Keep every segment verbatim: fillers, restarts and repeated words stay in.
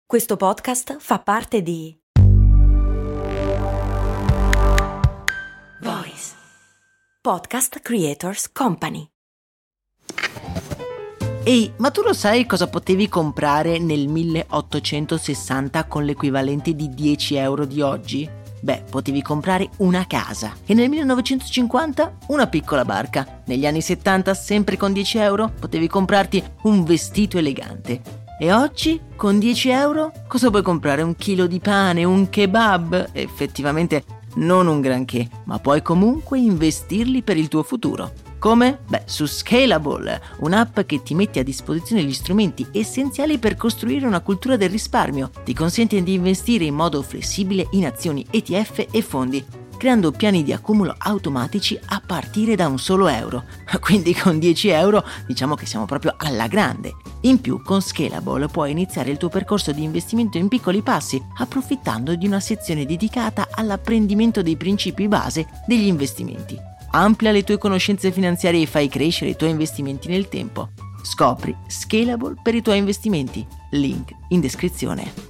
Questo podcast fa parte di Voice Podcast Creators Company. Ehi, ma tu lo sai cosa potevi comprare nel milleottocentosessanta con l'equivalente di dieci euro di oggi? Beh, potevi comprare una casa e nel millenovecentocinquanta una piccola barca. Negli anni settanta, sempre con dieci euro, potevi comprarti un vestito elegante. E oggi, con dieci euro, cosa puoi comprare? Un chilo di pane, un kebab? Effettivamente non un granché, ma puoi comunque investirli per il tuo futuro. Come? Beh, su Scalable, un'app che ti mette a disposizione gli strumenti essenziali per costruire una cultura del risparmio. Ti consente di investire in modo flessibile in azioni, E T F e fondi, creando piani di accumulo automatici a partire da un solo euro. Quindi con dieci euro diciamo che siamo proprio alla grande. In più, con Scalable puoi iniziare il tuo percorso di investimento in piccoli passi, approfittando di una sezione dedicata all'apprendimento dei principi base degli investimenti. Amplia le tue conoscenze finanziarie e fai crescere i tuoi investimenti nel tempo. Scopri Scalable per i tuoi investimenti. Link in descrizione.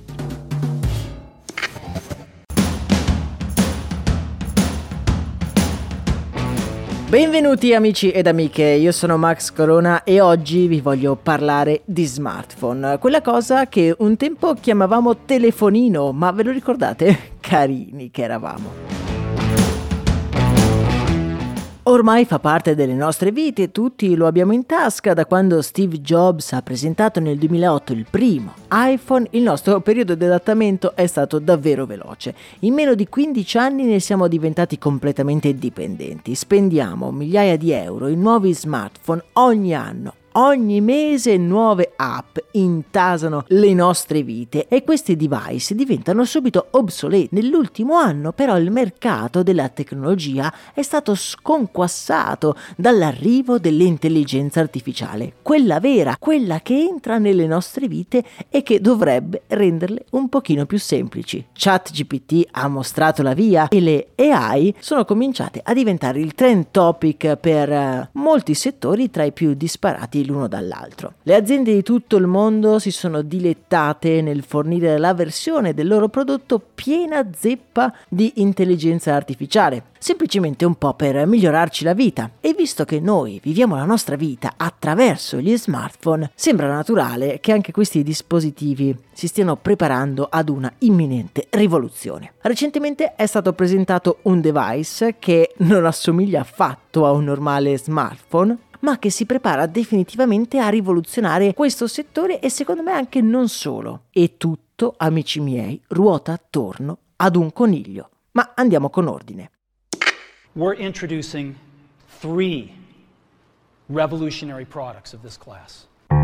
Benvenuti amici ed amiche, io sono Max Corona e oggi vi voglio parlare di smartphone, quella cosa che un tempo chiamavamo telefonino, ma ve lo ricordate? Carini che eravamo. Ormai fa parte delle nostre vite, tutti lo abbiamo in tasca da quando Steve Jobs ha presentato nel duemilaotto il primo iPhone. Il nostro periodo di adattamento è stato davvero veloce. In meno di quindici anni ne siamo diventati completamente dipendenti. Spendiamo migliaia di euro in nuovi smartphone ogni anno. Ogni mese nuove app intasano le nostre vite e questi device diventano subito obsoleti. Nell'ultimo anno però il mercato della tecnologia è stato sconquassato dall'arrivo dell'intelligenza artificiale, quella vera, quella che entra nelle nostre vite e che dovrebbe renderle un pochino più semplici. ChatGPT ha mostrato la via e le A I sono cominciate a diventare il trend topic per molti settori tra i più disparati l'uno dall'altro. Le aziende di tutto il mondo si sono dilettate nel fornire la versione del loro prodotto piena zeppa di intelligenza artificiale, semplicemente un po' per migliorarci la vita. E visto che noi viviamo la nostra vita attraverso gli smartphone, sembra naturale che anche questi dispositivi si stiano preparando ad una imminente rivoluzione. Recentemente è stato presentato un device che non assomiglia affatto a un normale smartphone, ma che si prepara definitivamente a rivoluzionare questo settore e secondo me anche non solo. E tutto, amici miei, ruota attorno ad un coniglio. Ma andiamo con ordine. We're introducing three revolutionary products of this class.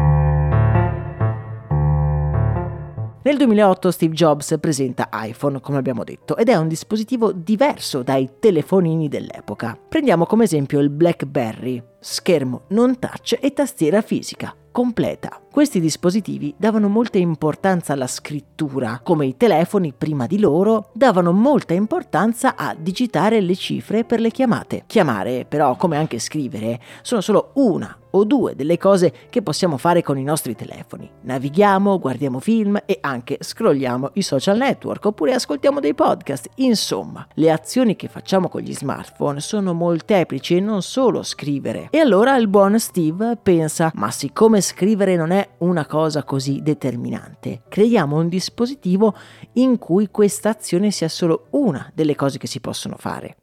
Nel duemilaotto Steve Jobs presenta iPhone, come abbiamo detto, ed è un dispositivo diverso dai telefonini dell'epoca. Prendiamo come esempio il BlackBerry, schermo non touch e tastiera fisica completa. Questi dispositivi davano molta importanza alla scrittura, come i telefoni prima di loro davano molta importanza a digitare le cifre per le chiamate. Chiamare, però, come anche scrivere, sono solo una o due delle cose che possiamo fare con i nostri telefoni. Navighiamo, guardiamo film e anche scrolliamo i social network oppure ascoltiamo dei podcast. Insomma, le azioni che facciamo con gli smartphone sono molteplici e non solo scrivere. E allora il buon Steve pensa: ma siccome scrivere non è una cosa così determinante, creiamo un dispositivo in cui questa azione sia solo una delle cose che si possono fare.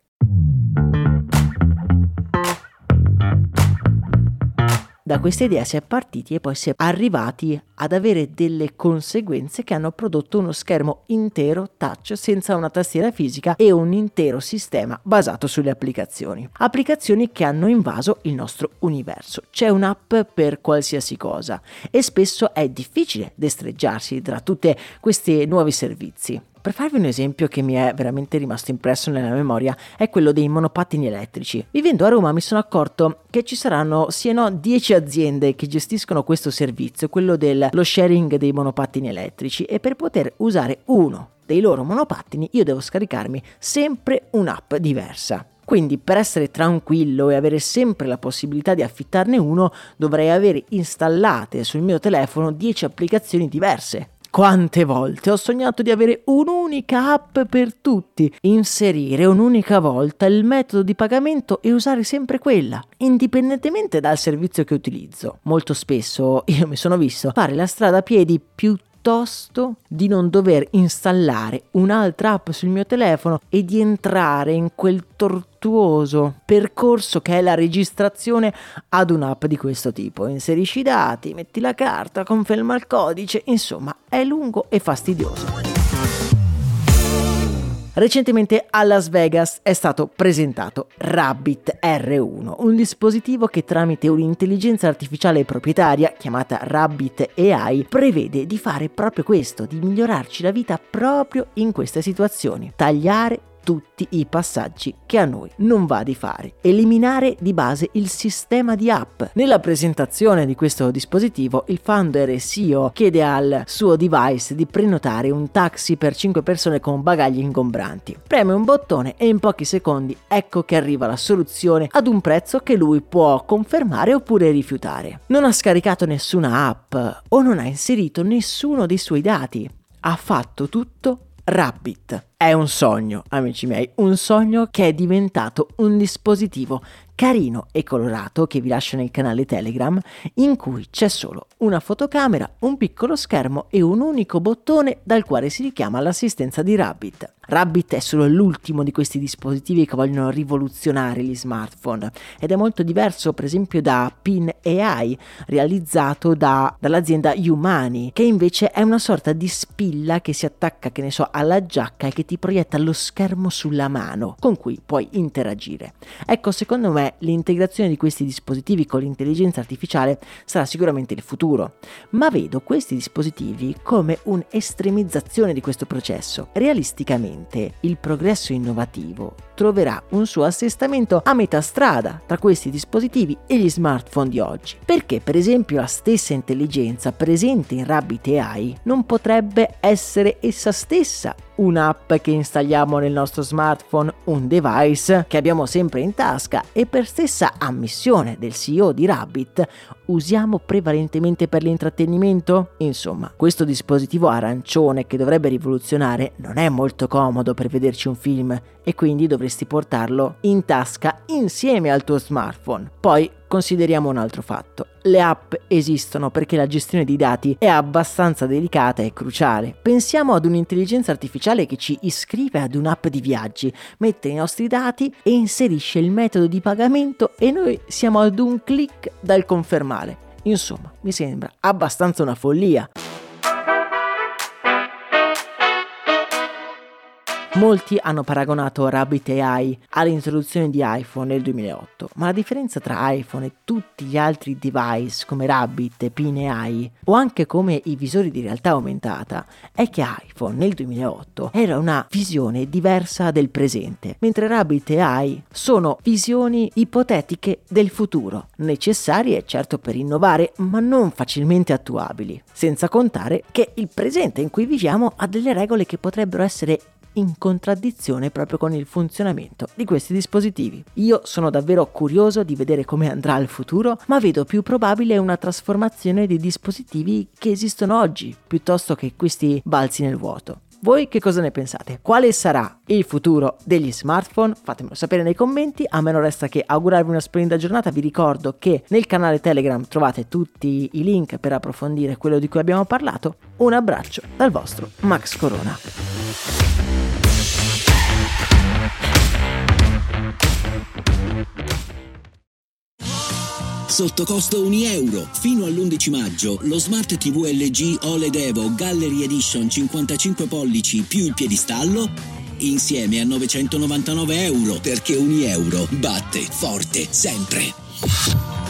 Da questa idea si è partiti e poi si è arrivati ad avere delle conseguenze che hanno prodotto uno schermo intero touch senza una tastiera fisica e un intero sistema basato sulle applicazioni. Applicazioni che hanno invaso il nostro universo. C'è un'app per qualsiasi cosa e spesso è difficile destreggiarsi tra tutti questi nuovi servizi. Per farvi un esempio che mi è veramente rimasto impresso nella memoria è quello dei monopattini elettrici. Vivendo a Roma mi sono accorto che ci saranno sì e no dieci aziende che gestiscono questo servizio, quello dello sharing dei monopattini elettrici, e per poter usare uno dei loro monopattini io devo scaricarmi sempre un'app diversa. Quindi per essere tranquillo e avere sempre la possibilità di affittarne uno dovrei avere installate sul mio telefono dieci applicazioni diverse. Quante volte ho sognato di avere un'unica app per tutti, inserire un'unica volta il metodo di pagamento e usare sempre quella, indipendentemente dal servizio che utilizzo. Molto spesso io mi sono visto fare la strada a piedi piuttosto piuttosto di non dover installare un'altra app sul mio telefono e di entrare in quel tortuoso percorso che è la registrazione ad un'app di questo tipo. Inserisci i dati, metti la carta, conferma il codice, insomma è lungo e fastidioso. Recentemente a Las Vegas è stato presentato Rabbit R uno, un dispositivo che tramite un'intelligenza artificiale proprietaria chiamata Rabbit A I prevede di fare proprio questo, di migliorarci la vita proprio in queste situazioni, tagliare tutti i passaggi che a noi non va di fare, eliminare di base il sistema di app. Nella presentazione di questo dispositivo il founder e C E O chiede al suo device di prenotare un taxi per cinque persone con bagagli ingombranti. Preme un bottone e in pochi secondi ecco che arriva la soluzione ad un prezzo che lui può confermare oppure rifiutare. Non ha scaricato nessuna app o non ha inserito nessuno dei suoi dati. Ha fatto tutto Rabbit. È un sogno, amici miei, un sogno che è diventato un dispositivo carino e colorato che vi lascio nel canale Telegram, in cui c'è solo una fotocamera, un piccolo schermo e un unico bottone dal quale si richiama l'assistenza di Rabbit. Rabbit è solo l'ultimo di questi dispositivi che vogliono rivoluzionare gli smartphone ed è molto diverso per esempio da Pin A I realizzato da, dall'azienda Umani, che invece è una sorta di spilla che si attacca, che ne so, alla giacca e che ti proietta lo schermo sulla mano con cui puoi interagire. Ecco, secondo me l'integrazione di questi dispositivi con l'intelligenza artificiale sarà sicuramente il futuro, ma vedo questi dispositivi come un'estremizzazione di questo processo. Realisticamente il progresso innovativo troverà un suo assestamento a metà strada tra questi dispositivi e gli smartphone di oggi, perché per esempio la stessa intelligenza presente in Rabbit A I non potrebbe essere essa stessa un'app che installiamo nel nostro smartphone, un device che abbiamo sempre in tasca e per stessa ammissione del C E O di Rabbit usiamo prevalentemente per l'intrattenimento? Insomma, questo dispositivo arancione che dovrebbe rivoluzionare non è molto comodo per vederci un film e quindi dovresti portarlo in tasca insieme al tuo smartphone. Poi consideriamo un altro fatto. Le app esistono perché la gestione di dati è abbastanza delicata e cruciale. Pensiamo ad un'intelligenza artificiale che ci iscrive ad un'app di viaggi, mette i nostri dati e inserisce il metodo di pagamento e noi siamo ad un click dal confermare. Insomma, mi sembra abbastanza una follia. Molti hanno paragonato Rabbit A I all'introduzione di iPhone nel duemilaotto, ma la differenza tra iPhone e tutti gli altri device come Rabbit e Pin A I, o anche come i visori di realtà aumentata, è che iPhone nel duemilaotto era una visione diversa del presente, mentre Rabbit A I sono visioni ipotetiche del futuro, necessarie certo per innovare, ma non facilmente attuabili, senza contare che il presente in cui viviamo ha delle regole che potrebbero essere in contraddizione proprio con il funzionamento di questi dispositivi. Io sono davvero curioso di vedere come andrà il futuro, ma vedo più probabile una trasformazione dei dispositivi che esistono oggi, piuttosto che questi balzi nel vuoto. Voi che cosa ne pensate? Quale sarà il futuro degli smartphone? Fatemelo sapere nei commenti. A me non resta che augurarvi una splendida giornata. Vi ricordo che nel canale Telegram trovate tutti i link per approfondire quello di cui abbiamo parlato. Un abbraccio dal vostro Max Corona. Sotto costo un euro. Fino all'undici maggio lo Smart ti vu L G O L E D Evo Gallery Edition cinquantacinque pollici più il piedistallo insieme a novecentonovantanove euro, perché un euro batte forte sempre.